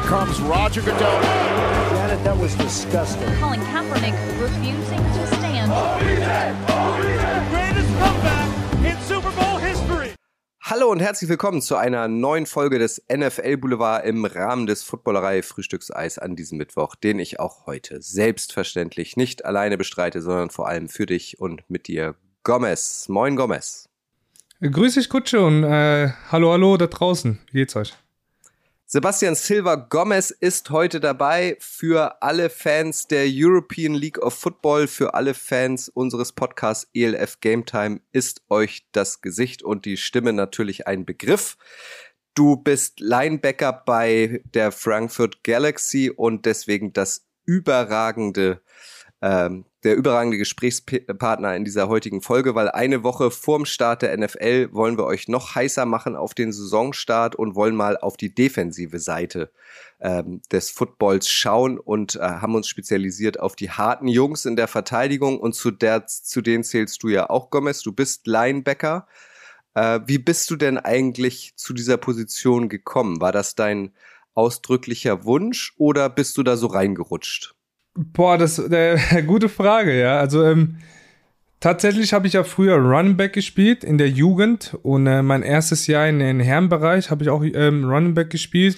comes Roger Goodell. Janet, that was disgusting. Colin Kaepernick refusing to stand. Greatest comeback in Super Bowl history. Hallo und herzlich willkommen zu einer neuen Folge des NFL Boulevard im Rahmen des Footballerei-Frühstückseis an diesem Mittwoch, den ich auch heute selbstverständlich nicht alleine bestreite, sondern vor allem für dich und mit dir, Gomez. Moin, Gomez. Grüß dich, Kutsche, und hallo da draußen. Wie geht's euch? Sebastian Silva Gomez ist heute dabei für alle Fans der European League of Football, für alle Fans unseres Podcasts ELF Game Time ist euch das Gesicht und die Stimme natürlich ein Begriff. Du bist Linebacker bei der Frankfurt Galaxy und deswegen der überragende Gesprächspartner in dieser heutigen Folge, weil eine Woche vorm Start der NFL wollen wir euch noch heißer machen auf den Saisonstart und wollen mal auf die defensive Seite des Footballs schauen und haben uns spezialisiert auf die harten Jungs in der Verteidigung und zu denen zählst du ja auch, Gomez. Du bist Linebacker. Wie bist du denn eigentlich zu dieser Position gekommen? War das dein ausdrücklicher Wunsch oder bist du da so reingerutscht? Boah, das ist eine gute Frage, ja. Also tatsächlich habe ich ja früher Running Back gespielt in der Jugend und mein erstes Jahr in den Herrenbereich habe ich auch Running Back gespielt.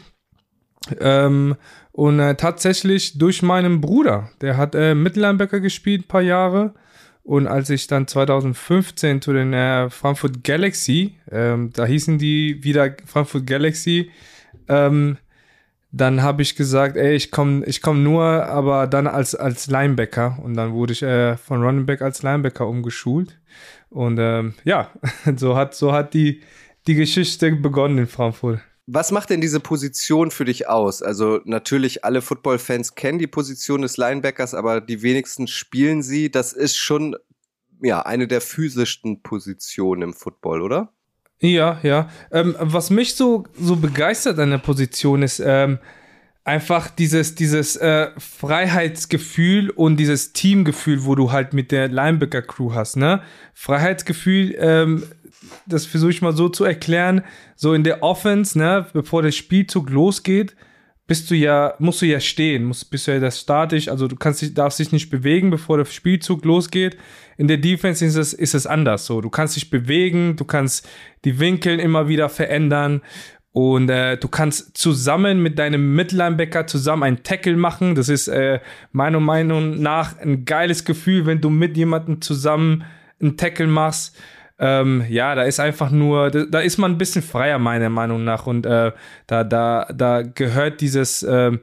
Tatsächlich durch meinen Bruder, der hat Mittellinebacker gespielt, ein paar Jahre. Und als ich dann 2015 zu den Frankfurt Galaxy, da hießen die wieder Frankfurt Galaxy, dann habe ich gesagt, ich komm nur, aber dann als Linebacker. Und dann wurde ich von Running Back als Linebacker umgeschult. Und so hat die Geschichte begonnen in Frankfurt. Was macht denn diese Position für dich aus? Also natürlich, alle Football-Fans kennen die Position des Linebackers, aber die wenigsten spielen sie. Das ist schon eine der physischsten Positionen im Football, oder? Ja. Was mich so begeistert an der Position ist einfach dieses Freiheitsgefühl und dieses Teamgefühl, wo du halt mit der Linebacker-Crew hast, ne? Freiheitsgefühl, das versuche ich mal so zu erklären, so in der Offense, ne, bevor der Spielzug losgeht, musst du ja stehen, bist du ja das statisch, also darfst dich nicht bewegen, bevor der Spielzug losgeht. In der Defense ist es anders so. Du kannst dich bewegen, du kannst die Winkel immer wieder verändern und du kannst zusammen mit deinem Mittellinebacker zusammen einen Tackle machen. Das ist meiner Meinung nach ein geiles Gefühl, wenn du mit jemandem zusammen einen Tackle machst. Da ist einfach nur, da ist man ein bisschen freier, meiner Meinung nach. Und da gehört diese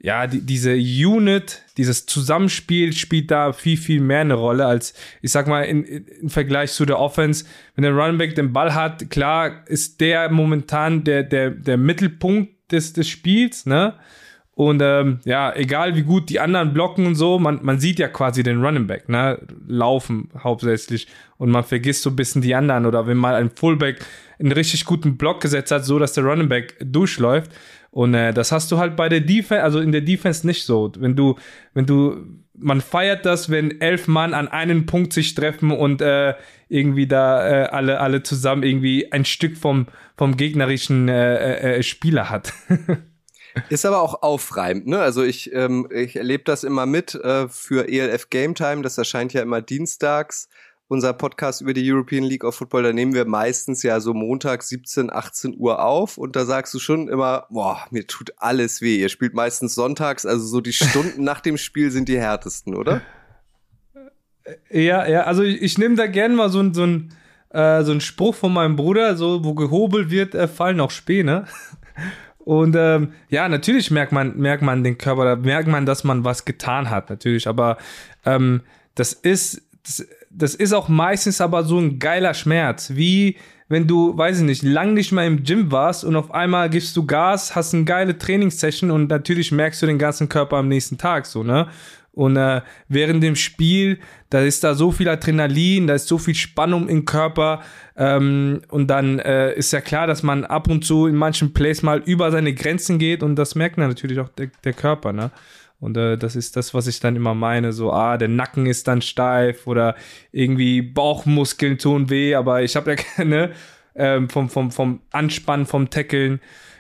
Unit, dieses Zusammenspiel spielt da viel, viel mehr eine Rolle als, ich sag mal, im Vergleich zu der Offense. Wenn der Running Back den Ball hat, klar ist der momentan der Mittelpunkt des Spiels, ne? Und egal wie gut die anderen blocken und so, man sieht ja quasi den Running Back, ne, laufen hauptsächlich und man vergisst so ein bisschen die anderen oder wenn mal ein Fullback einen richtig guten Block gesetzt hat, so dass der Running Back durchläuft und das hast du halt bei der Defense, also in der Defense nicht so. Man feiert das, wenn 11 Mann an einen Punkt sich treffen und irgendwie da alle zusammen irgendwie ein Stück vom gegnerischen Spieler hat. Ist aber auch aufreibend, ne? Also ich erlebe das immer mit für ELF Game Time. Das erscheint ja immer dienstags. Unser Podcast über die European League of Football, da nehmen wir meistens ja so Montag 17, 18 Uhr auf. Und da sagst du schon immer, mir tut alles weh. Ihr spielt meistens sonntags, also so die Stunden nach dem Spiel sind die härtesten, oder? Ja, also ich nehme da gerne mal so einen Spruch von meinem Bruder, so wo gehobelt wird, fallen auch Späne. Und natürlich merkt man den Körper, da merkt man, dass man was getan hat, natürlich. Aber das ist auch meistens aber so ein geiler Schmerz, wie wenn du, weiß ich nicht, lang nicht mal im Gym warst und auf einmal gibst du Gas, hast eine geile Trainingssession und natürlich merkst du den ganzen Körper am nächsten Tag so, ne? Und während dem Spiel, da ist da so viel Adrenalin, da ist so viel Spannung im Körper und dann ist ja klar, dass man ab und zu in manchen Plays mal über seine Grenzen geht und das merkt dann natürlich auch der Körper, ne? Und das ist das, was ich dann immer meine, so, der Nacken ist dann steif oder irgendwie Bauchmuskeln tun weh, aber ich habe ja keine vom Anspannen, vom Tackeln.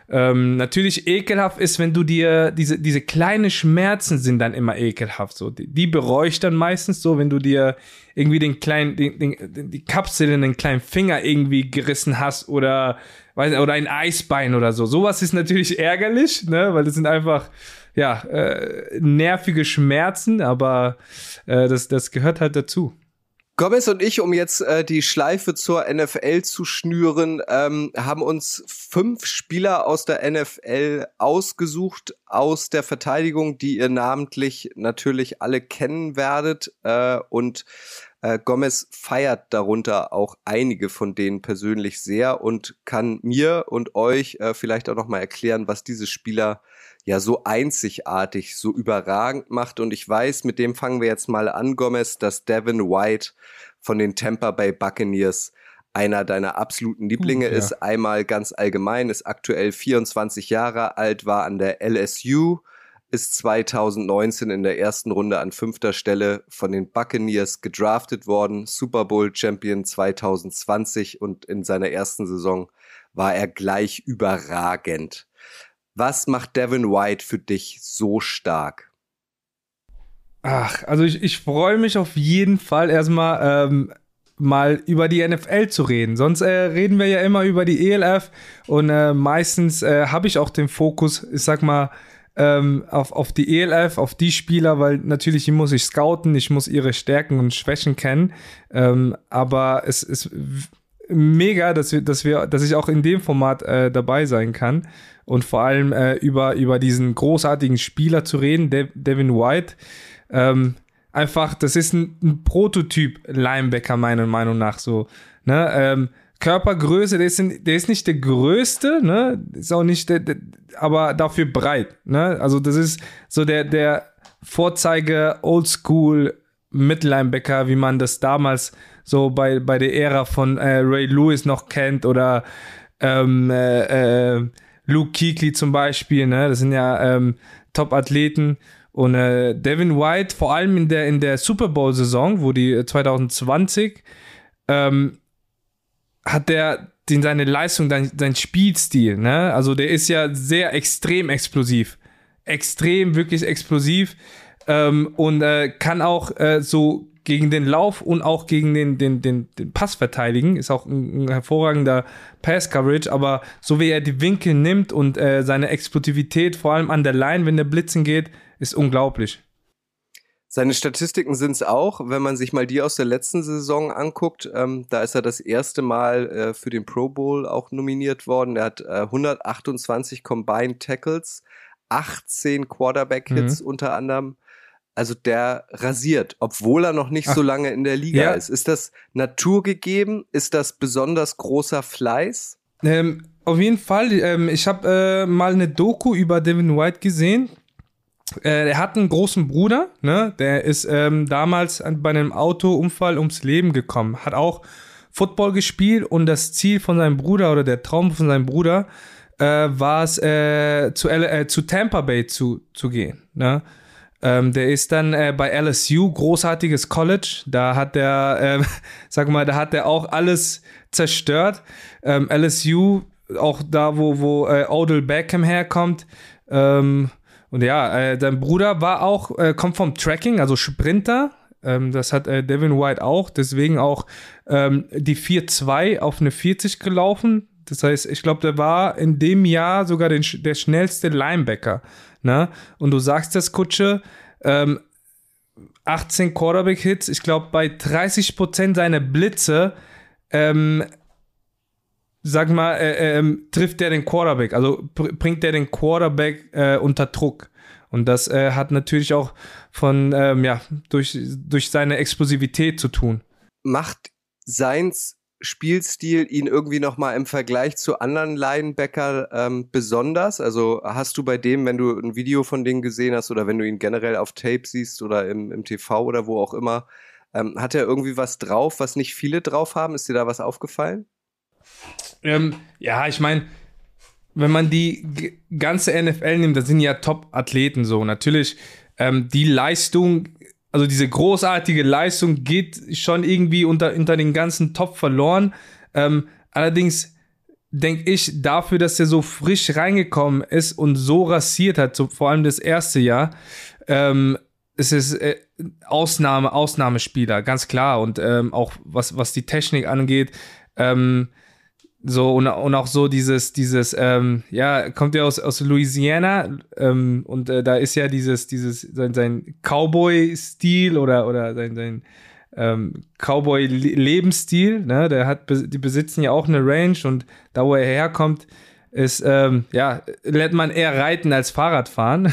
natürlich ekelhaft ist, wenn du dir diese kleinen Schmerzen sind dann immer ekelhaft. So. Die bereue ich dann meistens so, wenn du dir irgendwie die Kapsel in den kleinen Finger irgendwie gerissen hast oder ein Eisbein oder so. Sowas ist natürlich ärgerlich, ne? Weil das sind einfach nervige Schmerzen, aber das gehört halt dazu. Gomez und ich, um jetzt die Schleife zur NFL zu schnüren, haben uns 5 Spieler aus der NFL ausgesucht, aus der Verteidigung, die ihr namentlich natürlich alle kennen werdet. Und Gomez feiert darunter auch einige von denen persönlich sehr und kann mir und euch vielleicht auch nochmal erklären, was diese Spieler ja so einzigartig, so überragend macht. Und ich weiß, mit dem fangen wir jetzt mal an, Gomez, dass Devin White von den Tampa Bay Buccaneers einer deiner absoluten Lieblinge ist. Einmal ganz allgemein, ist aktuell 24 Jahre alt, war an der LSU, ist 2019 in der ersten Runde an 5. Stelle von den Buccaneers gedraftet worden, Super Bowl Champion 2020 und in seiner ersten Saison war er gleich überragend. Was macht Devin White für dich so stark? Ach, also ich freue mich auf jeden Fall erstmal mal über die NFL zu reden. Sonst reden wir ja immer über die ELF und meistens habe ich auch den Fokus, ich sag mal, auf die ELF, auf die Spieler, weil natürlich muss ich scouten, ich muss ihre Stärken und Schwächen kennen. Aber es ist mega, dass ich auch in dem Format dabei sein kann und vor allem über diesen großartigen Spieler zu reden, Devin White. Einfach, das ist ein Prototyp Linebacker meiner Meinung nach so. Ne? Körpergröße, der ist nicht der größte, ne? Ist auch nicht aber dafür breit. Ne? Also das ist so der Vorzeige Oldschool Mittellinebacker, wie man das damals so bei der Ära von Ray Lewis noch kennt oder Luke Kuechly zum Beispiel, ne? Das sind ja Top-Athleten. Und Devin White, vor allem in der Super Bowl-Saison, wo die 2020, hat der seine Leistung, sein Spielstil, ne? Also der ist ja sehr extrem explosiv. Extrem, wirklich explosiv. Und kann auch so gegen den Lauf und auch gegen den Pass verteidigen. Ist auch ein hervorragender Pass-Coverage, aber so wie er die Winkel nimmt und seine Explosivität, vor allem an der Line, wenn der Blitzen geht, ist unglaublich. Seine Statistiken sind es auch, wenn man sich mal die aus der letzten Saison anguckt. Da ist er das erste Mal für den Pro Bowl auch nominiert worden. Er hat 128 Combined Tackles, 18 Quarterback-Hits unter anderem. Also der rasiert, obwohl er noch nicht so lange in der Liga ist. Ist das naturgegeben? Ist das besonders großer Fleiß? Auf jeden Fall. Ich habe mal eine Doku über Devin White gesehen. Er hat einen großen Bruder, ne? Der ist damals bei einem Autounfall ums Leben gekommen. Hat auch Football gespielt und das Ziel von seinem Bruder oder der Traum von seinem Bruder war es, zu Tampa Bay zu gehen, ne? Der ist dann bei LSU, großartiges College, da hat er, da hat er auch alles zerstört. LSU, auch da, wo Odell Beckham herkommt. Und ja, sein Bruder war auch, kommt vom Tracking, also Sprinter. Das hat Devin White auch, deswegen auch die 4.2 auf eine 40 gelaufen. Das heißt, ich glaube, der war in dem Jahr sogar der schnellste Linebacker. Ne? Und du sagst das, Kutsche, 18 Quarterback-Hits, ich glaube, bei 30% seiner Blitze, trifft der den Quarterback, also bringt der den Quarterback unter Druck. Und das hat natürlich auch durch seine Explosivität zu tun. Macht sein Spielstil ihn irgendwie nochmal im Vergleich zu anderen Linebacker besonders? Also hast du bei dem, wenn du ein Video von denen gesehen hast oder wenn du ihn generell auf Tape siehst oder im TV oder wo auch immer, hat er irgendwie was drauf, was nicht viele drauf haben? Ist dir da was aufgefallen? Ja, ich meine, wenn man die ganze NFL nimmt, das sind ja Top-Athleten so. Natürlich, die Leistung, also diese großartige Leistung geht schon irgendwie unter den ganzen Top verloren. Allerdings denke ich, dafür, dass er so frisch reingekommen ist und so rasiert hat, so vor allem das erste Jahr, es ist Ausnahmespieler, ganz klar. Und auch was die Technik angeht, so und auch so dieses kommt ja aus Louisiana, und da ist ja sein Cowboy-Stil oder sein Cowboy-Lebensstil, ne? Die besitzen ja auch eine Range, und da, wo er herkommt, ist, lernt man eher reiten als Fahrrad fahren.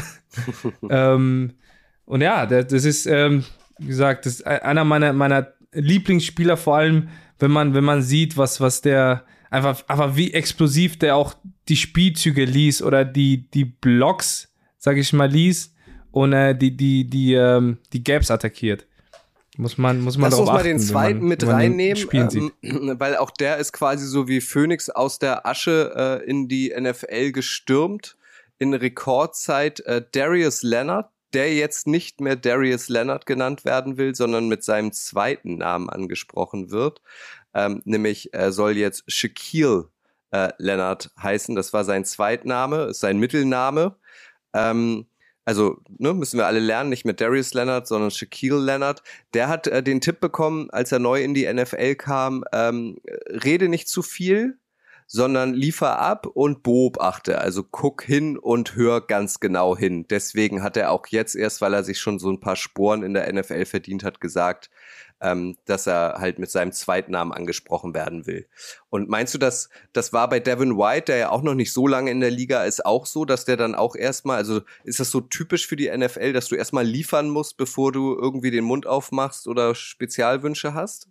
Und ja, das ist, wie gesagt, das ist einer meiner Lieblingsspieler, vor allem, wenn man sieht, was der einfach wie explosiv der auch die Spielzüge liest oder die Blocks, sag ich mal, liest und die Gaps attackiert. Muss man Lass darauf uns mal achten, den zweiten mit reinnehmen, sieht. weil auch der ist quasi so wie Phönix aus der Asche in die NFL gestürmt in Rekordzeit. Darius Leonard, der jetzt nicht mehr Darius Leonard genannt werden will, sondern mit seinem zweiten Namen angesprochen wird. Nämlich soll jetzt Shaquille Leonard heißen. Das war sein Zweitname, ist sein Mittelname. Also müssen wir alle lernen, nicht mit Darius Leonard, sondern Shaquille Leonard. Der hat den Tipp bekommen, als er neu in die NFL kam, rede nicht zu viel, sondern liefer ab und beobachte. Also guck hin und hör ganz genau hin. Deswegen hat er auch jetzt erst, weil er sich schon so ein paar Sporen in der NFL verdient hat, gesagt, dass er halt mit seinem Zweitnamen angesprochen werden will. Und meinst du, das war bei Devin White, der ja auch noch nicht so lange in der Liga ist, auch so, dass der dann auch erstmal, also ist das so typisch für die NFL, dass du erstmal liefern musst, bevor du irgendwie den Mund aufmachst oder Spezialwünsche hast?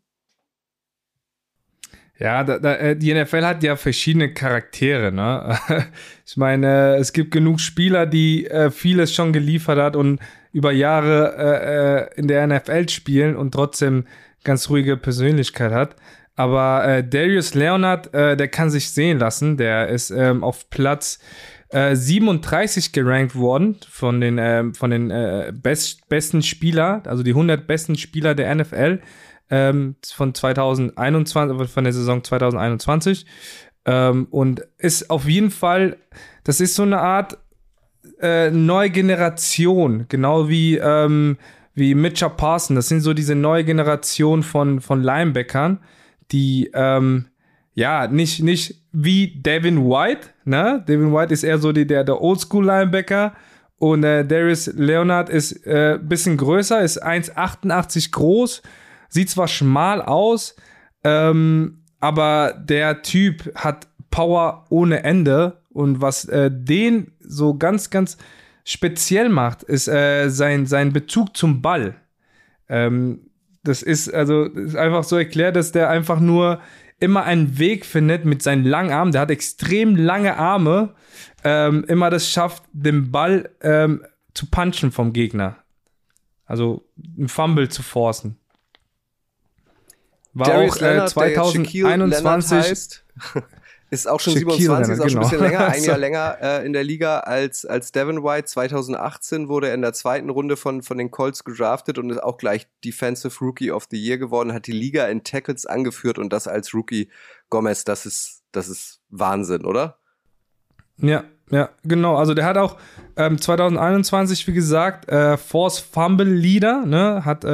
Ja, die NFL hat ja verschiedene Charaktere, ne? Ich meine, es gibt genug Spieler, die vieles schon geliefert hat und über Jahre in der NFL spielen und trotzdem ganz ruhige Persönlichkeit hat. Aber Darius Leonard, der kann sich sehen lassen. Der ist auf Platz 37 gerankt worden von den besten Spieler, also die 100 besten Spieler der NFL. Von 2021, von der Saison 2021, und ist auf jeden Fall, das ist so eine Art neue Generation, genau wie Mitchell Parsons. Das sind so diese neue Generation von Linebackern, die nicht wie Devin White, ne? Devin White ist eher so der Oldschool-Linebacker, und Darius Leonard ist ein bisschen größer, ist 1,88 groß. Sieht zwar schmal aus, aber der Typ hat Power ohne Ende. Und was den so ganz, ganz speziell macht, ist sein Bezug zum Ball. Das ist einfach so erklärt, dass der einfach nur immer einen Weg findet mit seinen langen Armen. Der hat extrem lange Arme, immer das schafft, den Ball zu punchen vom Gegner. Also einen Fumble zu forcen. War Darius auch Leonard, 2021 heißt, ist auch schon Shaquille 27, ist auch schon ein bisschen genau. länger, ein Jahr länger in der Liga als Devin White. 2018 wurde er in der zweiten Runde von den Colts gedraftet und ist auch gleich Defensive Rookie of the Year geworden, hat die Liga in Tackles angeführt und das als Rookie. Gomez, das ist Wahnsinn, oder? Ja, genau. Also der hat auch 2021, wie gesagt, Force Fumble Leader, ne, hat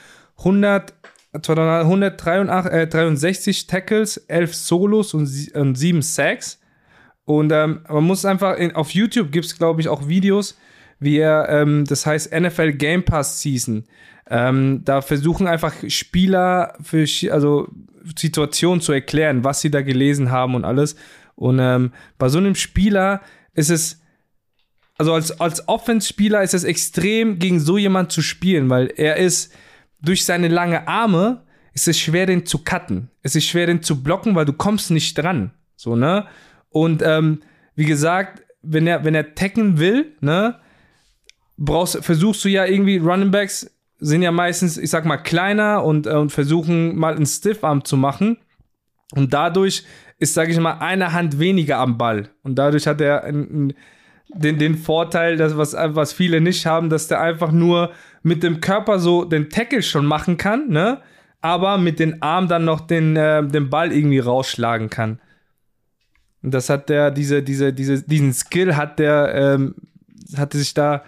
163 Tackles, 11 Solos und 7 Sacks. Und man muss einfach, auf YouTube gibt es, glaube ich, auch Videos, wie er, das heißt NFL Game Pass Season. Da versuchen einfach Spieler für Situationen zu erklären, was sie da gelesen haben und alles. Und bei so einem Spieler ist es, also als Offense-Spieler ist es extrem, gegen so jemand zu spielen, weil er ist durch seine lange Arme ist es schwer, den zu cutten. Es ist schwer, den zu blocken, weil du kommst nicht dran. So, ne? Und wie gesagt, wenn er tacken will, ne, versuchst du ja irgendwie, Running Backs sind ja meistens, ich sag mal, kleiner und versuchen mal einen Stiffarm zu machen. Und dadurch ist, sage ich mal, eine Hand weniger am Ball. Und dadurch hat er den Vorteil, was viele nicht haben, dass der einfach nur mit dem Körper so den Tackle schon machen kann, ne? Aber mit den Armen dann noch den Ball irgendwie rausschlagen kann. Und das hat der, diesen Skill hatte sich da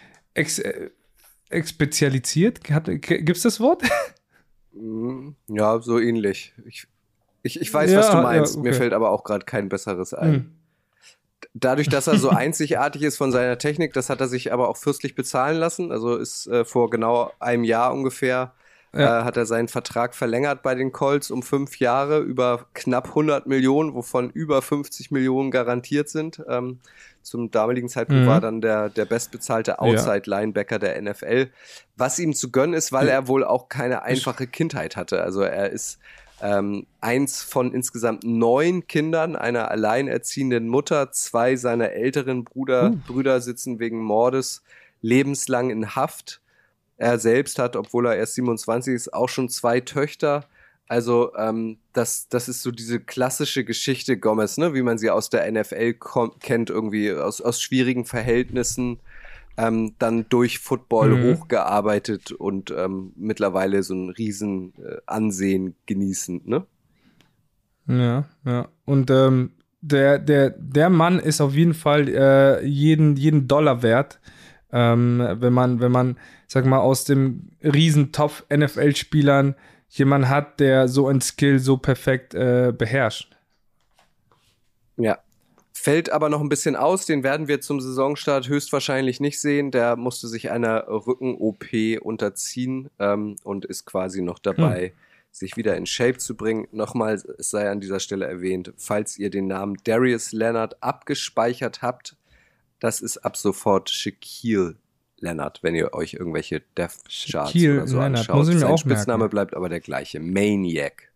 spezialisiert. Gibt's das Wort? Ja, so ähnlich. Ich weiß, was du meinst. Okay. Mir fällt aber auch gerade kein besseres ein. Dadurch, dass er so einzigartig ist von seiner Technik, das hat er sich aber auch fürstlich bezahlen lassen. Also ist vor genau einem Jahr ungefähr hat er seinen Vertrag verlängert bei den Colts um 5 Jahre über knapp 100 Millionen, wovon über 50 Millionen garantiert sind. Zum damaligen Zeitpunkt war dann der bestbezahlte Outside-Linebacker der NFL. Was ihm zu gönnen ist, weil er wohl auch keine einfache Kindheit hatte. Also er ist eins von insgesamt 9 Kindern einer alleinerziehenden Mutter. 2 seiner älteren Brüder sitzen wegen Mordes lebenslang in Haft. Er selbst hat, obwohl er erst 27 ist, auch schon 2 Töchter. Also das ist so diese klassische Geschichte Gomez, ne, wie man sie aus der NFL kennt, irgendwie aus schwierigen Verhältnissen, dann durch Football hochgearbeitet und mittlerweile so ein riesen Ansehen genießend, ne? Ja. Und der Mann ist auf jeden Fall jeden Dollar wert. Wenn man, sag mal, aus dem riesen Top-NFL-Spielern jemand hat, der so ein Skill so perfekt beherrscht. Ja. Fällt aber noch ein bisschen aus, den werden wir zum Saisonstart höchstwahrscheinlich nicht sehen. Der musste sich einer Rücken-OP unterziehen und ist quasi noch dabei, sich wieder in Shape zu bringen. Nochmal, es sei an dieser Stelle erwähnt, falls ihr den Namen Darius Leonard abgespeichert habt, das ist ab sofort Shaquille Leonard, wenn ihr euch irgendwelche Depth Charts oder so Leonard. anschaut. Muss ich mir Sein auch Spitzname merken. bleibt aber der gleiche, Maniac.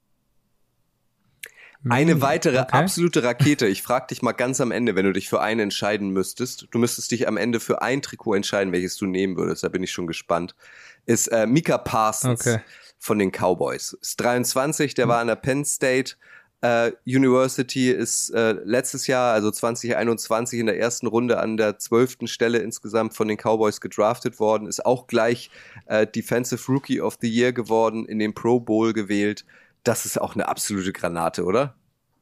Eine weitere absolute Rakete. Ich frage dich mal ganz am Ende, wenn du dich für einen entscheiden müsstest. Du müsstest dich am Ende für ein Trikot entscheiden, welches du nehmen würdest. Da bin ich schon gespannt. Ist Micah Parsons von den Cowboys. Ist 23, der war an der Penn State University, ist letztes Jahr, also 2021, in der ersten Runde an der 12. Stelle insgesamt von den Cowboys gedraftet worden. Ist auch gleich Defensive Rookie of the Year geworden, in den Pro Bowl gewählt. Das ist auch eine absolute Granate, oder?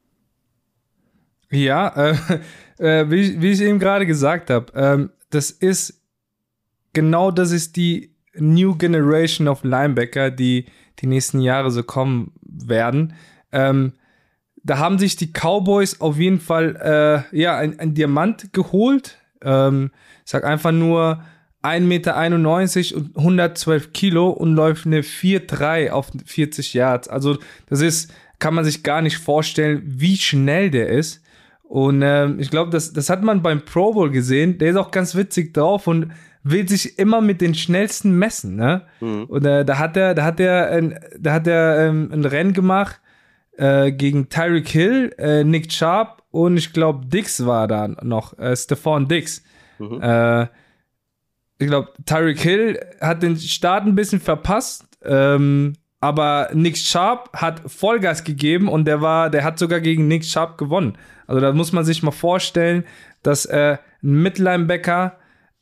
Ja, wie ich eben gerade gesagt habe, das ist die New Generation of Linebacker, die nächsten Jahre so kommen werden. Da haben sich die Cowboys auf jeden Fall ein Diamant geholt. Ich sag einfach nur 1,91 Meter und 112 Kilo und läuft eine 4,3 auf 40 Yards. Also kann man sich gar nicht vorstellen, wie schnell der ist. Und ich glaube, das hat man beim Pro Bowl gesehen. Der ist auch ganz witzig drauf und will sich immer mit den Schnellsten messen. Ne? Und da hat er ein Rennen gemacht gegen Tyreek Hill, Nick Chubb und ich glaube Diggs war da noch, Stephon Diggs. Ich glaube, Tyreek Hill hat den Start ein bisschen verpasst, aber Nick Chubb hat Vollgas gegeben und der hat sogar gegen Nick Chubb gewonnen. Also da muss man sich mal vorstellen, dass ein Mittellinebacker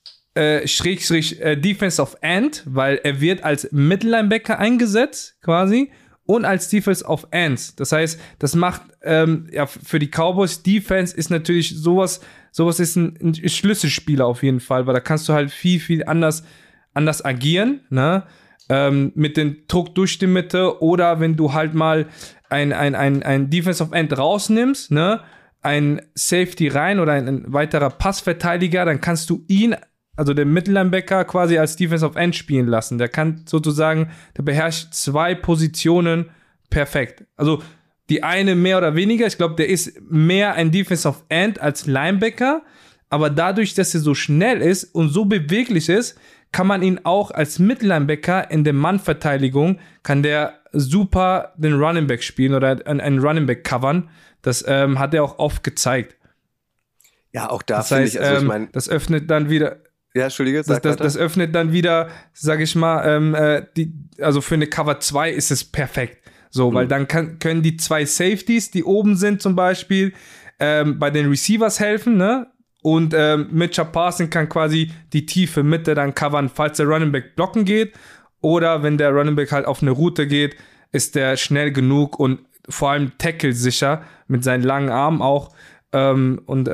Defensive End, weil er wird als Mittellinebacker eingesetzt quasi und als Defensive Ends. Das heißt, das macht für die Cowboys Defense ist natürlich sowas ist ein Schlüsselspieler auf jeden Fall, weil da kannst du halt viel anders agieren, ne? Mit dem Druck durch die Mitte oder wenn du halt mal ein Defensive End rausnimmst, ne? Ein Safety rein oder ein weiterer Passverteidiger, dann kannst du ihn, also den Mittellinebacker quasi als Defensive End spielen lassen. Der kann sozusagen, der beherrscht 2 Positionen perfekt. Also die eine mehr oder weniger, ich glaube, der ist mehr ein Defensive End als Linebacker, aber dadurch, dass er so schnell ist und so beweglich ist, kann man ihn auch als Mittellinebacker in der Mannverteidigung, kann der super den Running Back spielen oder einen Running Back covern. Das hat er auch oft gezeigt. Ja, auch da finde ich, also ich meine, das öffnet dann wieder. Ja, Entschuldige, das öffnet dann wieder, sag ich mal, also für eine Cover 2 ist es perfekt. So, weil dann können die 2 Safeties, die oben sind zum Beispiel, bei den Receivers helfen, ne? Und Micah Parsons kann quasi die tiefe Mitte dann covern, falls der Running Back blocken geht. Oder wenn der Running Back halt auf eine Route geht, ist der schnell genug und vor allem Tackle sicher mit seinen langen Armen auch. Oder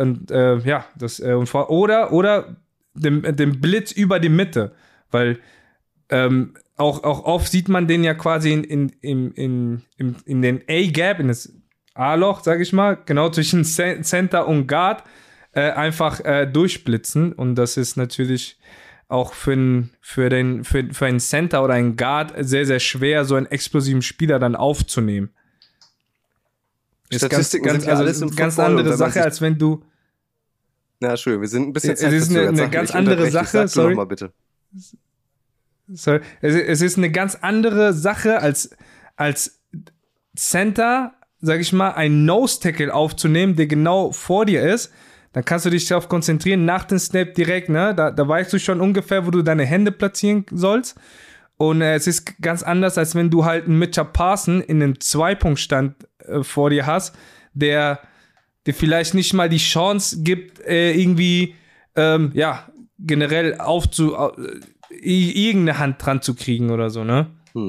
dem Blitz über die Mitte, weil auch oft sieht man den ja quasi in den A-Gap, in das A-Loch, sag ich mal, genau zwischen Center und Guard einfach durchblitzen, und das ist natürlich auch für einen Center oder einen Guard sehr, sehr schwer, so einen explosiven Spieler dann aufzunehmen. Statistiken sind ja alles im ganz Football, andere Sache, als wenn du. Na, Entschuldigung, wir sind ein bisschen Es ist eine ganz andere Sache, sorry. Noch mal bitte. Sorry. Es ist eine ganz andere Sache, als Center, sag ich mal, einen Nose-Tackle aufzunehmen, der genau vor dir ist. Dann kannst du dich darauf konzentrieren, nach dem Snap direkt, ne? Da weißt du schon ungefähr, wo du deine Hände platzieren sollst. Und es ist ganz anders, als wenn du halt einen Mitchell Parson in einem Zwei-Punkt-Stand vor dir hast, der dir vielleicht nicht mal die Chance gibt, irgendwie, generell irgendeine Hand dran zu kriegen oder so, ne?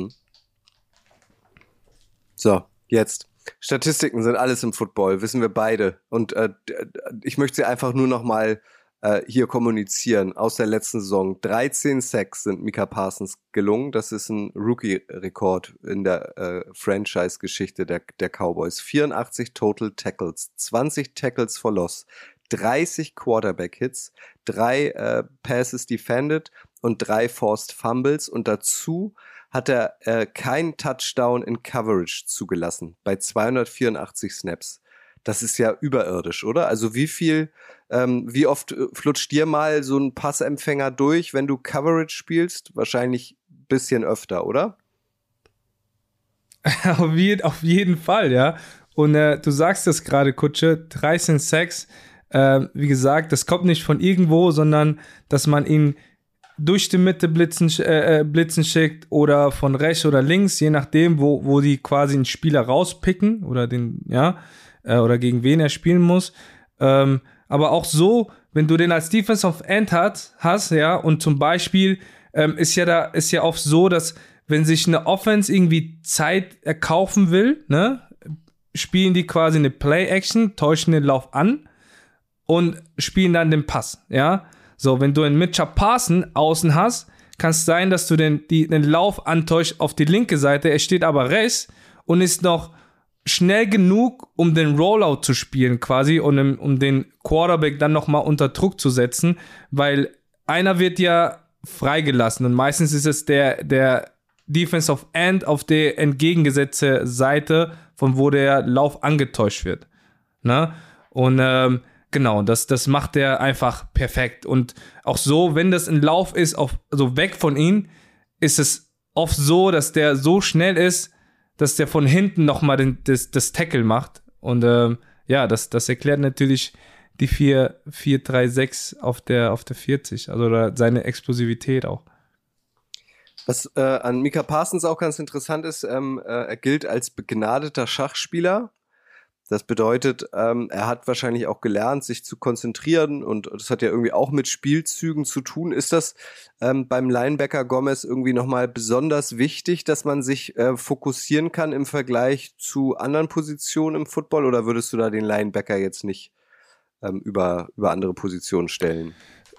So, jetzt. Statistiken sind alles im Football, wissen wir beide. Und ich möchte sie einfach nur noch mal hier kommunizieren. Aus der letzten Saison 13 Sacks sind Micah Parsons gelungen. Das ist ein Rookie-Rekord in der Franchise-Geschichte der Cowboys. 84 Total Tackles, 20 Tackles for Loss, 30 Quarterback-Hits, 3 Passes defended und 3 Forced Fumbles. Und dazu hat er keinen Touchdown in Coverage zugelassen bei 284 Snaps. Das ist ja überirdisch, oder? Also wie oft flutscht dir mal so ein Passempfänger durch, wenn du Coverage spielst? Wahrscheinlich ein bisschen öfter, oder? Auf jeden Fall, ja. Und du sagst das gerade, Kutsche, 13 Sacks. Wie gesagt, das kommt nicht von irgendwo, sondern dass man ihn durch die Mitte blitzen schickt oder von rechts oder links, je nachdem, wo die quasi einen Spieler rauspicken oder oder gegen wen er spielen muss. Aber auch so, wenn du den als Defensive End hast, ja, und zum Beispiel ist ja oft so, dass wenn sich eine Offense irgendwie Zeit erkaufen will, ne, spielen die quasi eine Play-Action, täuschen den Lauf an und spielen dann den Pass, ja. So, wenn du einen Mitchell Parson außen hast, kann es sein, dass du den Lauf antäuschst auf die linke Seite, er steht aber rechts und ist noch schnell genug, um den Rollout zu spielen quasi und um den Quarterback dann nochmal unter Druck zu setzen, weil einer wird ja freigelassen und meistens ist es der Defensive End auf der entgegengesetzte Seite, von wo der Lauf angetäuscht wird. Ne? Und genau, das macht der einfach perfekt. Und auch so, wenn das ein Lauf ist, also weg von ihm, ist es oft so, dass der so schnell ist, dass der von hinten nochmal das Tackle macht. Und das erklärt natürlich die 4-3-6 auf der 40. Also seine Explosivität auch. Was an Micah Parsons auch ganz interessant ist, er gilt als begnadeter Schachspieler. Das bedeutet, er hat wahrscheinlich auch gelernt, sich zu konzentrieren und das hat ja irgendwie auch mit Spielzügen zu tun. Ist das beim Linebacker Gomez irgendwie nochmal besonders wichtig, dass man sich fokussieren kann im Vergleich zu anderen Positionen im Football oder würdest du da den Linebacker jetzt nicht über andere Positionen stellen?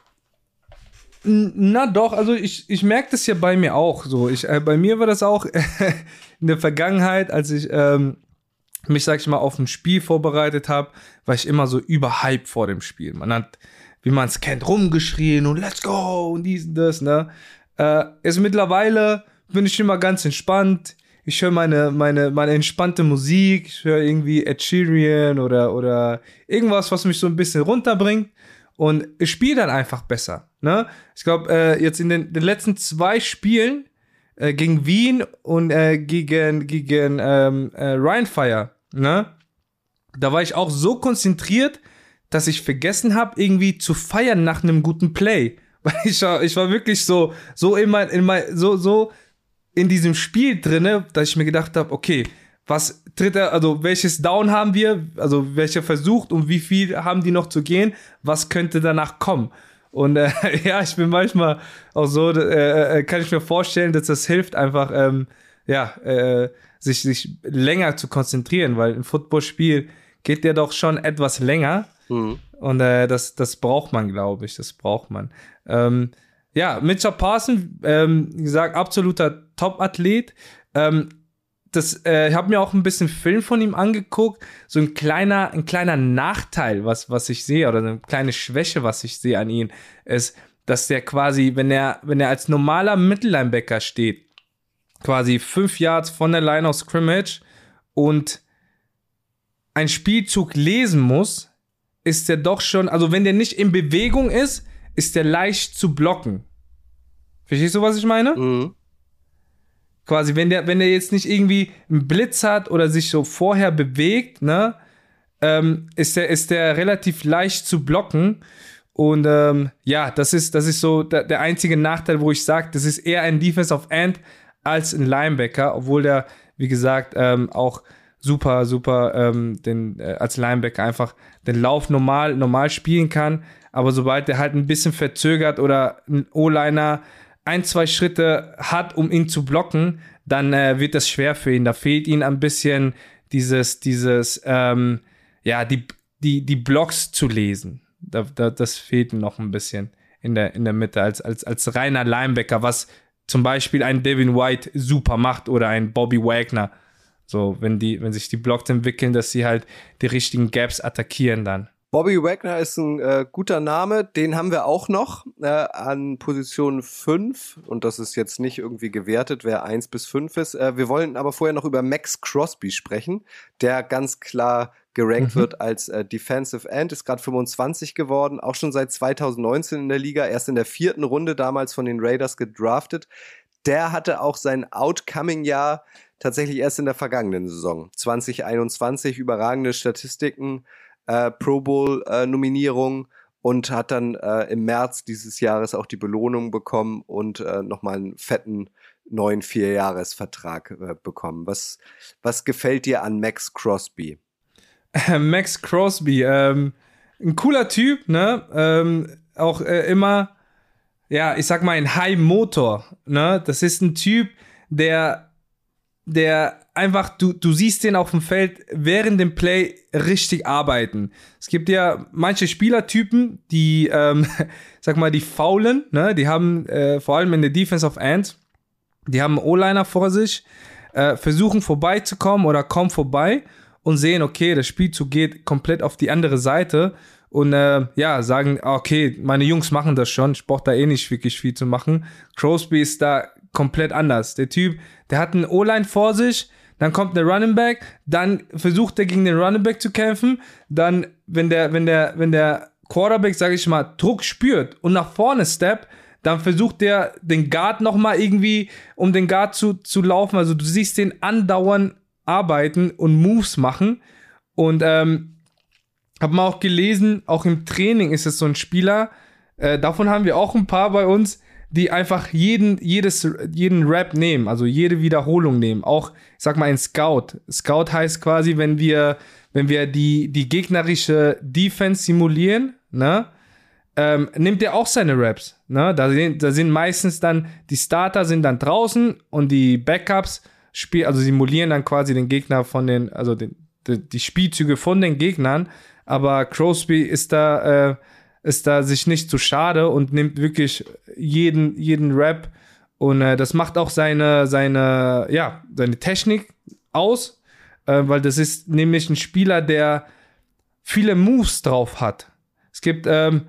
Na doch, also ich merke das ja bei mir auch so. Bei mir war das auch in der Vergangenheit, als ich mich, sag ich mal, auf ein Spiel vorbereitet habe, war ich immer so überhyped vor dem Spiel. Man hat, wie man es kennt, rumgeschrien und let's go und dies und das, ne? Jetzt mittlerweile bin ich immer ganz entspannt. Ich höre meine entspannte Musik. Ich höre irgendwie Ed Sheeran oder irgendwas, was mich so ein bisschen runterbringt. Und ich spiele dann einfach besser, ne? Ich glaube, jetzt in den letzten 2 Spielen gegen Wien und gegen Rheinfire, ne? Da war ich auch so konzentriert, dass ich vergessen habe, irgendwie zu feiern nach einem guten Play. Weil ich war wirklich so in diesem Spiel drinne, dass ich mir gedacht habe, okay, welches Down haben wir, also welcher versucht und wie viel haben die noch zu gehen, was könnte danach kommen? Und ich bin manchmal auch so, kann ich mir vorstellen, dass das hilft einfach, sich länger zu konzentrieren, weil ein Footballspiel geht ja doch schon etwas länger. Und das braucht man, glaube ich. Das braucht man. Mitchell Parsons, wie gesagt, absoluter Top-Athlet. Ich habe mir auch ein bisschen Film von ihm angeguckt. So ein kleiner Nachteil, was ich sehe, oder eine kleine Schwäche, was ich sehe an ihm, ist, dass der quasi, wenn er als normaler Mittellinebacker steht, quasi 5 Yards von der Line of Scrimmage und ein Spielzug lesen muss, ist der doch schon, also wenn der nicht in Bewegung ist der leicht zu blocken. Verstehst du, was ich meine? Mhm. Quasi, wenn der jetzt nicht irgendwie einen Blitz hat oder sich so vorher bewegt, ne, ist der relativ leicht zu blocken. Und das ist so der einzige Nachteil, wo ich sage, das ist eher ein Defensive End als ein Linebacker, obwohl der, wie gesagt, auch super als Linebacker einfach den Lauf normal spielen kann. Aber sobald der halt ein bisschen verzögert oder ein O-Liner 1-2 Schritte hat, um ihn zu blocken, dann wird das schwer für ihn. Da fehlt ihm ein bisschen die Blocks zu lesen. Das fehlt ihm noch ein bisschen in der Mitte als reiner Linebacker, was zum Beispiel ein Devin White super macht oder ein Bobby Wagner. So, wenn sich die Blocks entwickeln, dass sie halt die richtigen Gaps attackieren dann. Bobby Wagner ist ein guter Name, den haben wir auch noch an Position 5 und das ist jetzt nicht irgendwie gewertet, wer 1 bis 5 ist. Wir wollen aber vorher noch über Max Crosby sprechen, der ganz klar gerankt wird als Defensive End, ist gerade 25 geworden, auch schon seit 2019 in der Liga, erst in der 4. Runde damals von den Raiders gedraftet. Der hatte auch sein Outcoming-Jahr tatsächlich erst in der vergangenen Saison, 2021, überragende Statistiken, Pro Bowl-Nominierung und hat dann im März dieses Jahres auch die Belohnung bekommen und nochmal einen fetten neuen 4-Jahres-Vertrag bekommen. Was gefällt dir an Max Crosby? Max Crosby, ein cooler Typ, ne? Auch immer, ich sag mal, ein High-Motor, ne? Das ist ein Typ, der einfach, du siehst den auf dem Feld während dem Play richtig arbeiten. Es gibt ja manche Spielertypen, die, die faulen, ne? Die haben vor allem in der Defensive End, die haben O-Liner vor sich, versuchen vorbeizukommen oder kommen vorbei und sehen, okay, das Spielzug geht komplett auf die andere Seite und sagen, okay, meine Jungs machen das schon, ich brauche da nicht wirklich viel zu machen. Crosby ist da komplett anders. Der Typ, der hat einen O-Line vor sich, dann kommt der Running Back, dann versucht er gegen den Running Back zu kämpfen, dann, wenn der Quarterback, sage ich mal, Druck spürt und nach vorne steppt, dann versucht der den Guard nochmal irgendwie, um den Guard zu laufen, also du siehst den andauernd arbeiten und Moves machen und habe mal auch gelesen, auch im Training ist es so ein Spieler, davon haben wir auch ein paar bei uns, die einfach jeden Rap nehmen, also jede Wiederholung nehmen. Auch, ich sag mal, ein Scout. Scout heißt quasi, wenn wir die gegnerische Defense simulieren, ne, nimmt er auch seine Raps. Ne? Da sind meistens dann, die Starter sind dann draußen und die Backups simulieren dann quasi den Gegner die Spielzüge von den Gegnern. Aber Crosby ist da sich nicht zu schade und nimmt wirklich jeden Rap und das macht auch seine Technik aus, weil das ist nämlich ein Spieler, der viele Moves drauf hat. Es gibt,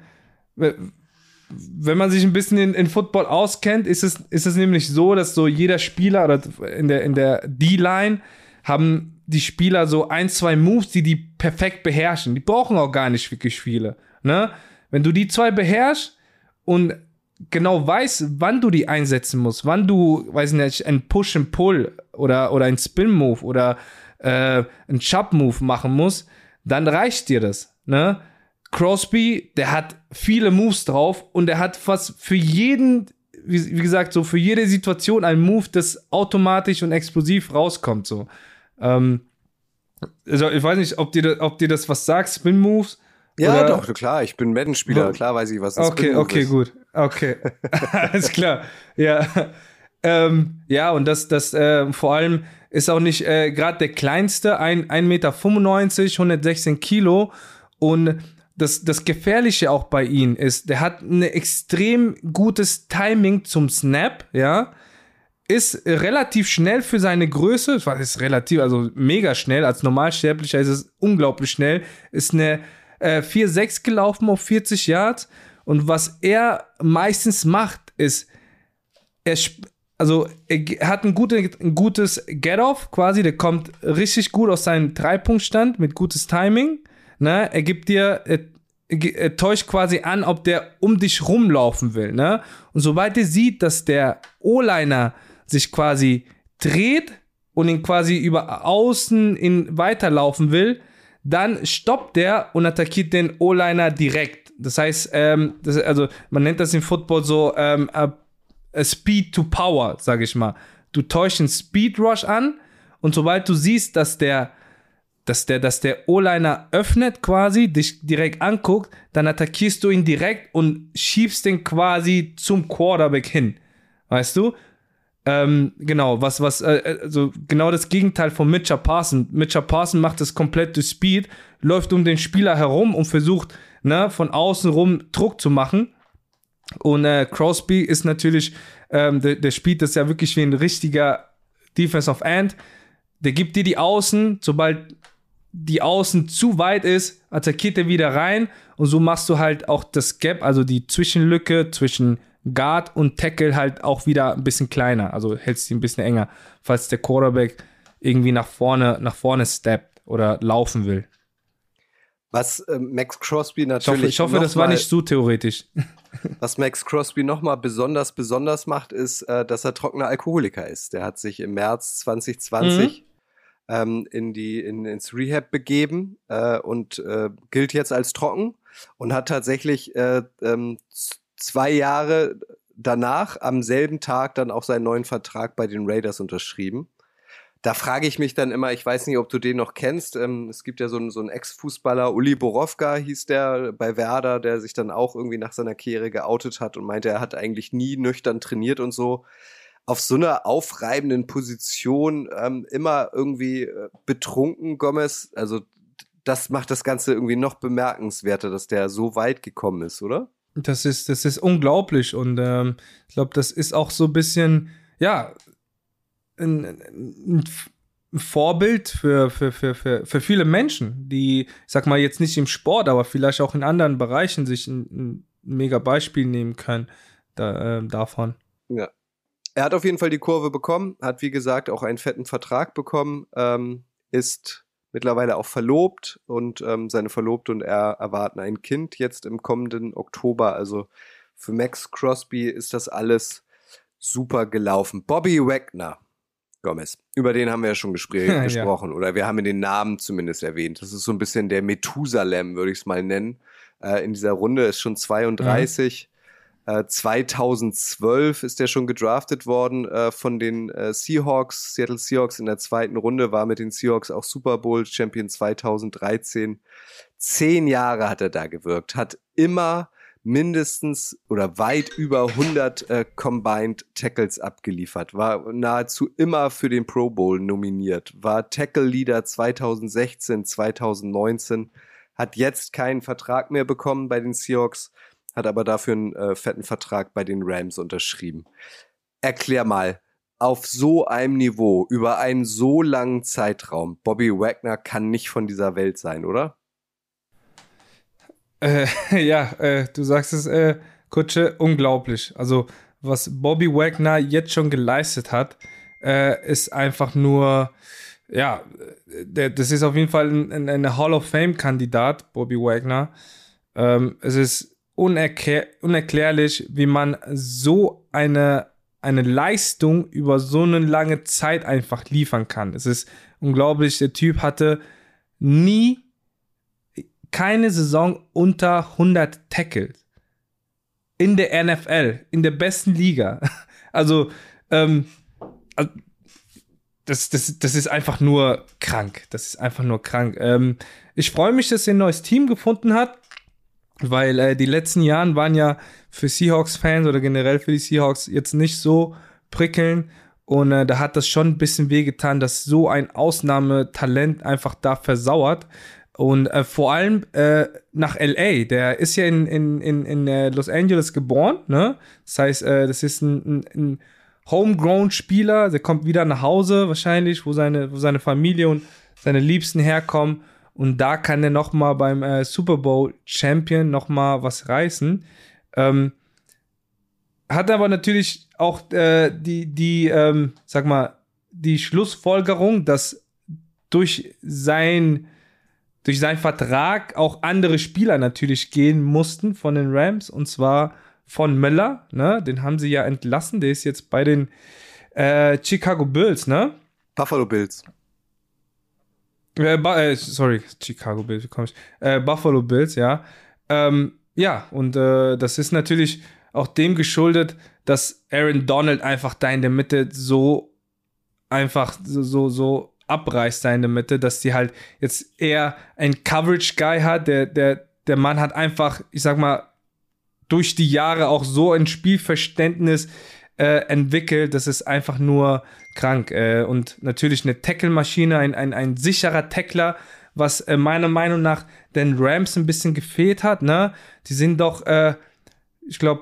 wenn man sich ein bisschen in Football auskennt, ist es nämlich so, dass so jeder Spieler oder in der D-Line haben die Spieler so 1-2 Moves, die perfekt beherrschen. Die brauchen auch gar nicht wirklich viele, ne? Wenn du die 2 beherrschst und genau weißt, wann du die einsetzen musst, wann du, weiß nicht, einen Push and Pull oder einen Spin-Move oder einen Chop-Move machen musst, dann reicht dir das, ne? Crosby, der hat viele Moves drauf und der hat fast für jeden, wie gesagt, so für jede Situation einen Move, das automatisch und explosiv rauskommt, so. Also ich weiß nicht, ob dir das was sagt, Spin-Moves. Ja, oder? Doch, klar, ich bin Madden-Spieler, klar weiß ich, was das ist. Okay, gut. Okay, alles klar. Ja, Ja, und das vor allem ist auch nicht gerade der kleinste, 1,95 Meter, 116 Kilo. Und das Gefährliche auch bei ihm ist, der hat ein extrem gutes Timing zum Snap, ja. Ist relativ schnell für seine Größe, das ist relativ, also mega schnell, als Normalsterblicher ist es unglaublich schnell, ist eine 4,6 gelaufen auf 40 Yards. Und was er meistens macht, ist, er hat ein gutes Get-Off quasi, der kommt richtig gut aus seinem Dreipunktstand mit gutes Timing. Ne? Er gibt dir, er täuscht quasi an, ob der um dich rumlaufen will. Ne? Und sobald er sieht, dass der O-Liner sich quasi dreht und ihn quasi über außen weiterlaufen will, dann stoppt der und attackiert den O-Liner direkt. Das heißt, also man nennt das im Football so a Speed to Power, sag ich mal. Du täuschst einen Speed Rush an und sobald du siehst, dass der O-Liner öffnet quasi, dich direkt anguckt, dann attackierst du ihn direkt und schiebst den quasi zum Quarterback hin. Weißt du? Genau, also genau das Gegenteil von Mitchell Parsons. Mitchell Parsons macht das komplett durch Speed, läuft um den Spieler herum und versucht, von außen rum Druck zu machen. Und Crosby ist natürlich, der spielt das ja wirklich wie ein richtiger Defensive End. Der gibt dir die Außen, sobald die Außen zu weit ist, attackiert er wieder rein und so machst du halt auch das Gap, also die Zwischenlücke zwischen Guard und Tackle halt auch wieder ein bisschen kleiner, also hältst sie ein bisschen enger, falls der Quarterback irgendwie nach vorne steppt oder laufen will. Was Max Crosby natürlich. Ich hoffe, das war nicht so theoretisch. Was Max Crosby nochmal besonders macht, ist, dass er trockener Alkoholiker ist. Der hat sich im März 2020 ins Rehab begeben und gilt jetzt als trocken und hat tatsächlich 2 Jahre danach am selben Tag dann auch seinen neuen Vertrag bei den Raiders unterschrieben. Da frage ich mich dann immer, ich weiß nicht, ob du den noch kennst, es gibt ja so einen Ex-Fußballer, Uli Borowka hieß der bei Werder, der sich dann auch irgendwie nach seiner Karriere geoutet hat und meinte, er hat eigentlich nie nüchtern trainiert und so. Auf so einer aufreibenden Position immer irgendwie betrunken, Gomez, also das macht das Ganze irgendwie noch bemerkenswerter, dass der so weit gekommen ist, oder? Das ist unglaublich und ich glaube, das ist auch so ein bisschen, ja, ein Vorbild für viele Menschen, die, ich sag mal, jetzt nicht im Sport, aber vielleicht auch in anderen Bereichen sich ein mega Beispiel nehmen können davon. Ja. Er hat auf jeden Fall die Kurve bekommen, hat wie gesagt auch einen fetten Vertrag bekommen, ist mittlerweile auch verlobt und seine Verlobte und er erwarten ein Kind jetzt im kommenden Oktober. Also für Max Crosby ist das alles super gelaufen. Bobby Wagner, Gomez, über den haben wir ja schon gesprochen oder wir haben den Namen zumindest erwähnt. Das ist so ein bisschen der Methusalem, würde ich es mal nennen. In dieser Runde ist schon 32. 2012 ist er schon gedraftet worden von den Seattle Seahawks in der 2. Runde, war mit den Seahawks auch Super Bowl Champion 2013. 10 Jahre hat er da gewirkt, hat immer mindestens oder weit über 100 Combined Tackles abgeliefert, war nahezu immer für den Pro Bowl nominiert, war Tackle Leader 2016, 2019, hat jetzt keinen Vertrag mehr bekommen bei den Seahawks, hat aber dafür einen fetten Vertrag bei den Rams unterschrieben. Erklär mal, auf so einem Niveau, über einen so langen Zeitraum, Bobby Wagner kann nicht von dieser Welt sein, oder? Du sagst es, Kutsche, unglaublich. Also, was Bobby Wagner jetzt schon geleistet hat, ist einfach nur, ja, das ist auf jeden Fall ein Hall of Fame-Kandidat, Bobby Wagner. Es ist unerklärlich, wie man so eine Leistung über so eine lange Zeit einfach liefern kann. Es ist unglaublich, der Typ hatte keine Saison unter 100 Tackles. In der NFL, in der besten Liga. Also, das ist einfach nur krank. Das ist einfach nur krank. Ich freue mich, dass er ein neues Team gefunden hat, weil die letzten Jahren waren ja für Seahawks-Fans oder generell für die Seahawks jetzt nicht so prickeln. Und da hat das schon ein bisschen wehgetan, dass so ein Ausnahmetalent einfach da versauert. Und vor allem nach L.A., der ist ja in Los Angeles geboren, ne? Das heißt, das ist ein Homegrown-Spieler, der kommt wieder nach Hause wahrscheinlich, wo seine Familie und seine Liebsten herkommen. Und da kann er nochmal beim Super Bowl Champion nochmal was reißen. Hat aber natürlich auch die Schlussfolgerung, dass durch seinen Vertrag auch andere Spieler natürlich gehen mussten von den Rams, und zwar von Miller, ne? Den haben sie ja entlassen, der ist jetzt bei den Chicago Bills, ne? Buffalo Bills. Chicago Bills, wie komme ich? Buffalo Bills, ja. Und das ist natürlich auch dem geschuldet, dass Aaron Donald einfach da in der Mitte so abreißt da in der Mitte, dass die halt jetzt eher ein Coverage-Guy hat. Der Mann hat einfach, ich sag mal, durch die Jahre auch so ein Spielverständnis entwickelt, das ist einfach nur krank. Und natürlich eine Tackle-Maschine, ein sicherer Tackler, was meiner Meinung nach den Rams ein bisschen gefehlt hat, ne? Die sind doch, ich glaube,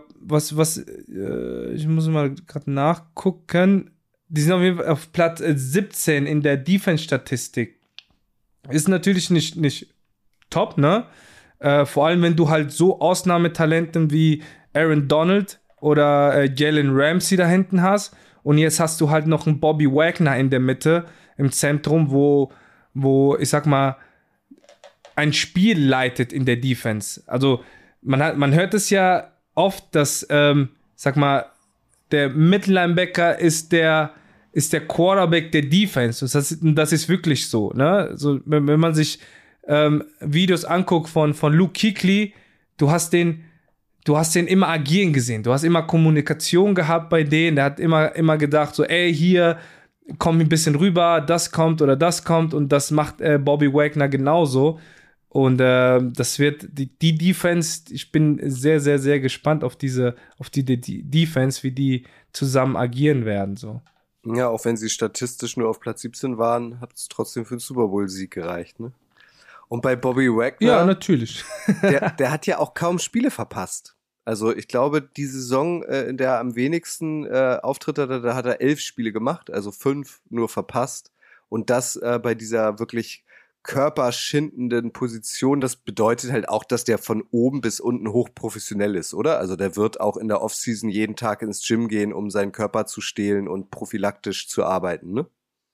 ich muss mal gerade nachgucken, die sind auf jeden Fall auf Platz 17 in der Defense-Statistik. Ist natürlich nicht top, ne? Vor allem, wenn du halt so Ausnahmetalenten wie Aaron Donald oder Jalen Ramsey da hinten hast. Und jetzt hast du halt noch einen Bobby Wagner in der Mitte, im Zentrum, wo ich sag mal, ein Spiel leitet in der Defense. Also man hört es ja oft, dass, sag mal, der Mittellinebacker ist der Quarterback der Defense. Das ist wirklich so, ne? Also, wenn man sich Videos anguckt von Luke Kuechly, du hast den immer agieren gesehen. Du hast immer Kommunikation gehabt bei denen. Der hat immer gedacht, so, ey, hier, komm ein bisschen rüber, das kommt. Und das macht Bobby Wagner genauso. Und das wird die Defense, ich bin sehr, sehr, sehr gespannt auf die Defense, wie die zusammen agieren werden. So. Ja, auch wenn sie statistisch nur auf Platz 17 waren, hat es trotzdem für den Super Bowl-Sieg gereicht, ne? Und bei Bobby Wagner, ja, natürlich. der hat ja auch kaum Spiele verpasst. Also ich glaube, die Saison, in der er am wenigsten Auftritt hatte, da hat er 11 Spiele gemacht, also 5 nur verpasst. Und das bei dieser wirklich körperschindenden Position, das bedeutet halt auch, dass der von oben bis unten hochprofessionell ist, oder? Also der wird auch in der Offseason jeden Tag ins Gym gehen, um seinen Körper zu stehlen und prophylaktisch zu arbeiten, ne?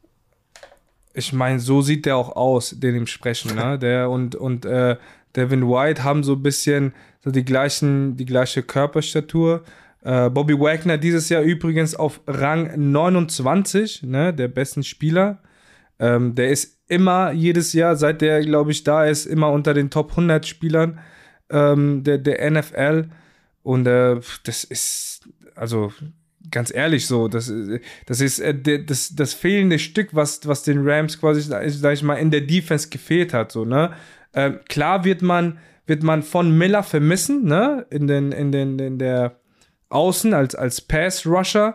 Ich meine, so sieht der auch aus, den im Sprechen, ne? Der und Devin White haben so ein bisschen so die gleiche Körperstatur. Bobby Wagner dieses Jahr übrigens auf Rang 29, ne, der besten Spieler. Der ist immer jedes Jahr, seit der, glaube ich, da ist, immer unter den Top 100 Spielern der NFL. Und das ist, also ganz ehrlich so, das ist das fehlende Stück, was den Rams quasi, sag ich mal, in der Defense gefehlt hat. So, ne? Klar wird man von Miller vermissen, ne? In der Außen als Pass-Rusher.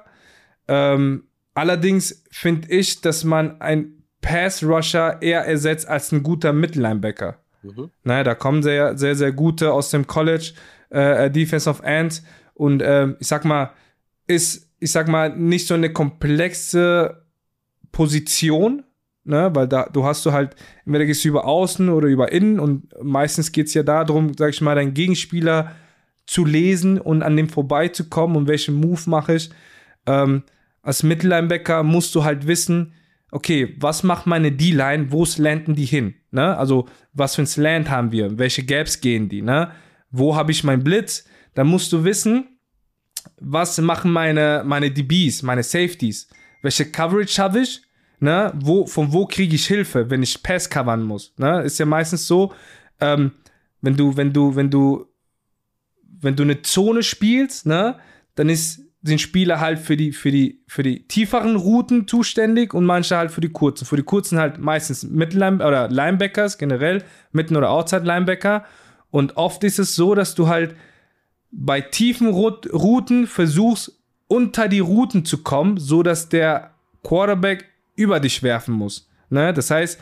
Allerdings finde ich, dass man ein Pass-Rusher eher ersetzt als ein guter Mittellinebacker. Mhm. Naja, da kommen sehr, sehr, sehr gute aus dem College Defensive Ends und ich sag mal, nicht so eine komplexe Position, ne? Weil du hast halt, entweder gehst du über Außen oder über Innen und meistens geht es ja darum, sag ich mal, deinen Gegenspieler zu lesen und an dem vorbeizukommen und welchen Move mache ich. Als Mittellinebacker musst du halt wissen, okay, was macht meine D-Line, wo slanden die hin? Ne? Also, was für ein Slant haben wir? Welche Gaps gehen die? Ne? Wo habe ich meinen Blitz? Da musst du wissen, was machen meine DBs, meine Safeties? Welche Coverage habe ich? Ne? Von wo kriege ich Hilfe, wenn ich Pass covern muss? Ne? Ist ja meistens so, wenn du eine Zone spielst, ne, dann sind Spieler halt für die tieferen Routen zuständig und manche halt für die kurzen. Für die kurzen halt meistens oder Linebackers generell, Mitten- oder Outside-Linebacker. Und oft ist es so, dass du halt bei tiefen Routen versuchst, unter die Routen zu kommen, so dass der Quarterback über dich werfen muss. Ne? Das heißt,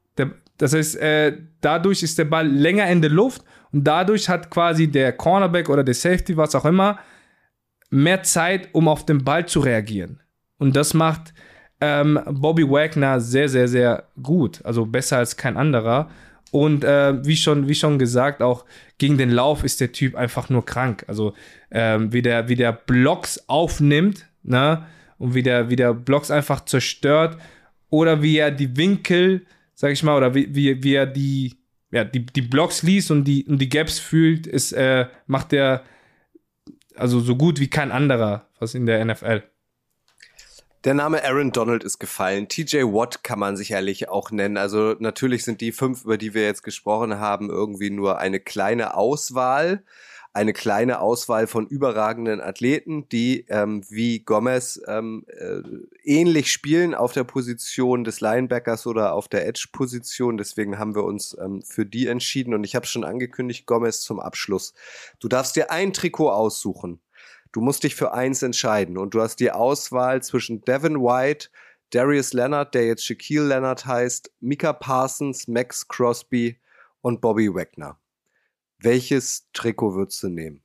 dadurch ist der Ball länger in der Luft und dadurch hat quasi der Cornerback oder der Safety, was auch immer, mehr Zeit, um auf den Ball zu reagieren. Und das macht Bobby Wagner sehr, sehr, sehr gut. Also besser als kein anderer. Und wie schon gesagt, auch gegen den Lauf ist der Typ einfach nur krank. Also wie der Blocks aufnimmt, ne? Und wie der Blocks einfach zerstört. Oder wie er die Winkel, sag ich mal, oder wie er die Blocks liest und die Gaps fühlt, macht er also so gut wie kein anderer, was in der NFL. Der Name Aaron Donald ist gefallen. TJ Watt kann man sicherlich auch nennen. Also natürlich sind die 5, über die wir jetzt gesprochen haben, irgendwie nur eine kleine Auswahl von überragenden Athleten, die wie Gomez ähnlich spielen auf der Position des Linebackers oder auf der Edge-Position. Deswegen haben wir uns für die entschieden. Und ich habe schon angekündigt, Gomez zum Abschluss. Du darfst dir ein Trikot aussuchen. Du musst dich für eins entscheiden. Und du hast die Auswahl zwischen Devin White, Darius Leonard, der jetzt Shaquille Leonard heißt, Micah Parsons, Max Crosby und Bobby Wagner. Welches Trikot würdest du nehmen?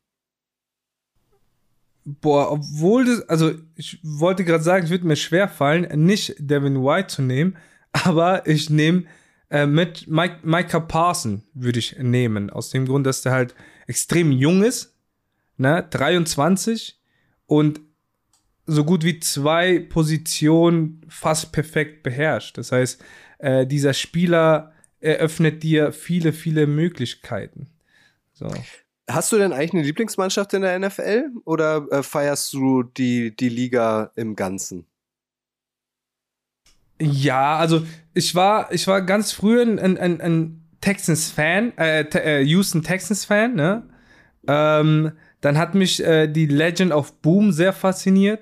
Boah, obwohl ich wollte gerade sagen, es wird mir schwerfallen, nicht Devin White zu nehmen, aber ich nehme mit Micah Parsons würde ich nehmen, aus dem Grund, dass der halt extrem jung ist, ne, 23 und so gut wie 2 Positionen fast perfekt beherrscht. Das heißt, dieser Spieler eröffnet dir viele, viele Möglichkeiten. So. Hast du denn eigentlich eine Lieblingsmannschaft in der NFL oder feierst du die Liga im Ganzen? Ja, also ich war ganz früh ein Texans-Fan, Houston Texans-Fan, ne? Dann hat mich die Legend of Boom sehr fasziniert.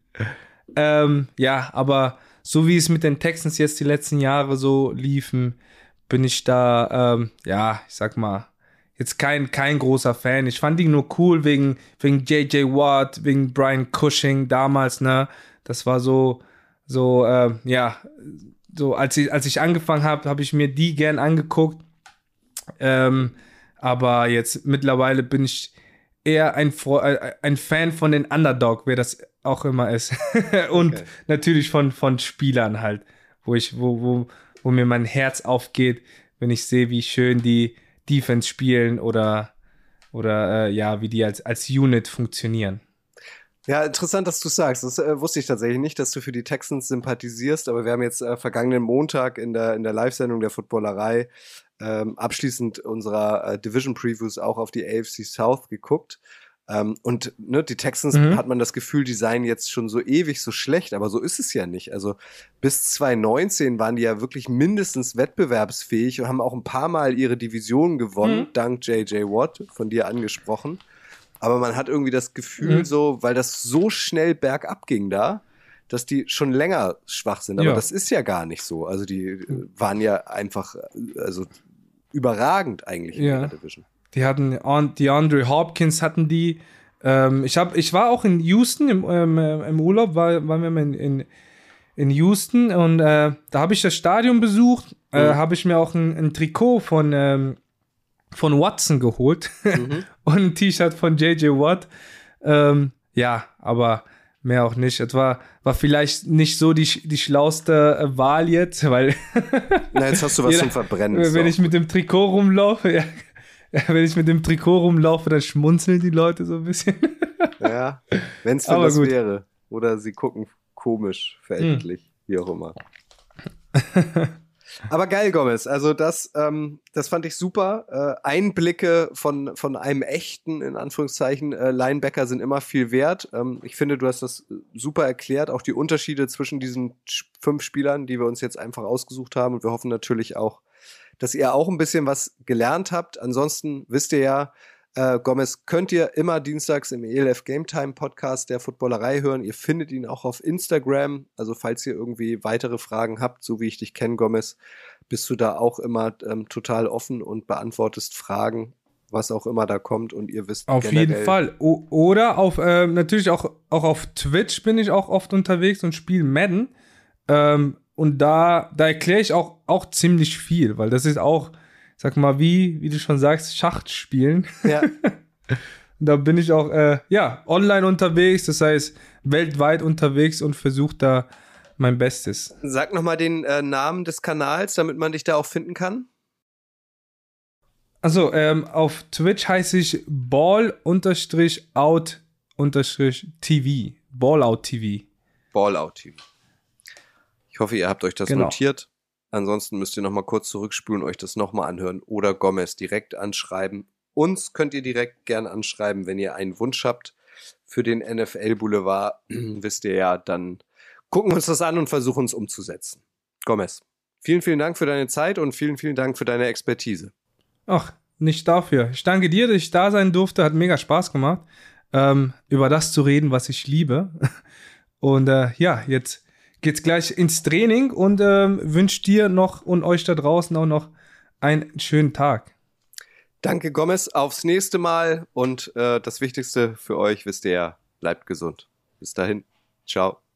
Ja, aber so wie es mit den Texans jetzt die letzten Jahre so liefen, bin ich da, ich sag mal, jetzt kein großer Fan. Ich fand die nur cool wegen J.J. Watt, wegen Brian Cushing damals, ne? Das war so als ich angefangen habe ich mir die gern angeguckt. Aber jetzt mittlerweile bin ich eher ein Fan von den Underdog, wer das auch immer ist. Und okay. Natürlich von Spielern halt, wo mir mein Herz aufgeht, wenn ich sehe, wie schön die Defense spielen oder wie die als Unit funktionieren. Ja, interessant, dass du sagst. Das wusste ich tatsächlich nicht, dass du für die Texans sympathisierst, aber wir haben jetzt vergangenen Montag in der Live-Sendung der Footballerei abschließend unserer Division-Previews auch auf die AFC South geguckt. Und ne, die Texans, hat man das Gefühl, die seien jetzt schon so ewig so schlecht, aber so ist es ja nicht. Also bis 2019 waren die ja wirklich mindestens wettbewerbsfähig und haben auch ein paar Mal ihre Division gewonnen, dank J.J. Watt, von dir angesprochen. Aber man hat irgendwie das Gefühl so, weil das so schnell bergab ging da, dass die schon länger schwach sind. Aber das ist ja gar nicht so. Also die waren ja einfach überragend eigentlich in ihrer Division. Die hatten DeAndre Hopkins hatten die. Ich war auch in Houston im Urlaub, waren wir in Houston und da habe ich das Stadion besucht, habe ich mir auch ein Trikot von Watson geholt und ein T-Shirt von J.J. Watt. Aber mehr auch nicht. Es war vielleicht nicht so die schlauste Wahl jetzt, weil na, jetzt hast du was zum Verbrennen. Wenn ich mit dem Trikot rumlaufe, dann schmunzeln die Leute so ein bisschen. Ja, wenn es denn das gut wäre. Oder sie gucken komisch, verächtlich, wie auch immer. Aber geil, Gomez. Also das fand ich super. Einblicke von einem echten, in Anführungszeichen, Linebacker sind immer viel wert. Ich finde, du hast das super erklärt. Auch die Unterschiede zwischen diesen 5 Spielern, die wir uns jetzt einfach ausgesucht haben. Und wir hoffen natürlich auch, dass ihr auch ein bisschen was gelernt habt. Ansonsten wisst ihr ja, Gomez könnt ihr immer dienstags im ELF Game Time Podcast der Footballerei hören. Ihr findet ihn auch auf Instagram. Also falls ihr irgendwie weitere Fragen habt, so wie ich dich kenne, Gomez, bist du da auch immer total offen und beantwortest Fragen. was auch immer da kommt und ihr wisst Auf generell, jeden Fall. Oder auf, natürlich auch auf Twitch bin ich auch oft unterwegs und spiele Madden. Und da erkläre ich auch ziemlich viel, weil das ist auch, sag mal, wie du schon sagst, Schachspielen. Ja. Da bin ich auch, online unterwegs, das heißt weltweit unterwegs und versuche da mein Bestes. Sag nochmal den Namen des Kanals, damit man dich da auch finden kann. Also, auf Twitch heiße ich Ball_out_TV. Ballout TV. Ballout TV. Ich hoffe, ihr habt euch das notiert. Ansonsten müsst ihr nochmal kurz zurückspulen, euch das nochmal anhören oder Gomez direkt anschreiben. Uns könnt ihr direkt gern anschreiben, wenn ihr einen Wunsch habt für den NFL Boulevard. Wisst ihr ja, dann gucken wir uns das an und versuchen es umzusetzen. Gomez, vielen, vielen Dank für deine Zeit und vielen, vielen Dank für deine Expertise. Ach, nicht dafür. Ich danke dir, dass ich da sein durfte. Hat mega Spaß gemacht, über das zu reden, was ich liebe. Und jetzt geht's gleich ins Training und wünsche dir noch und euch da draußen auch noch einen schönen Tag. Danke, Gomez. Aufs nächste Mal und das Wichtigste für euch, wisst ihr ja, bleibt gesund. Bis dahin. Ciao.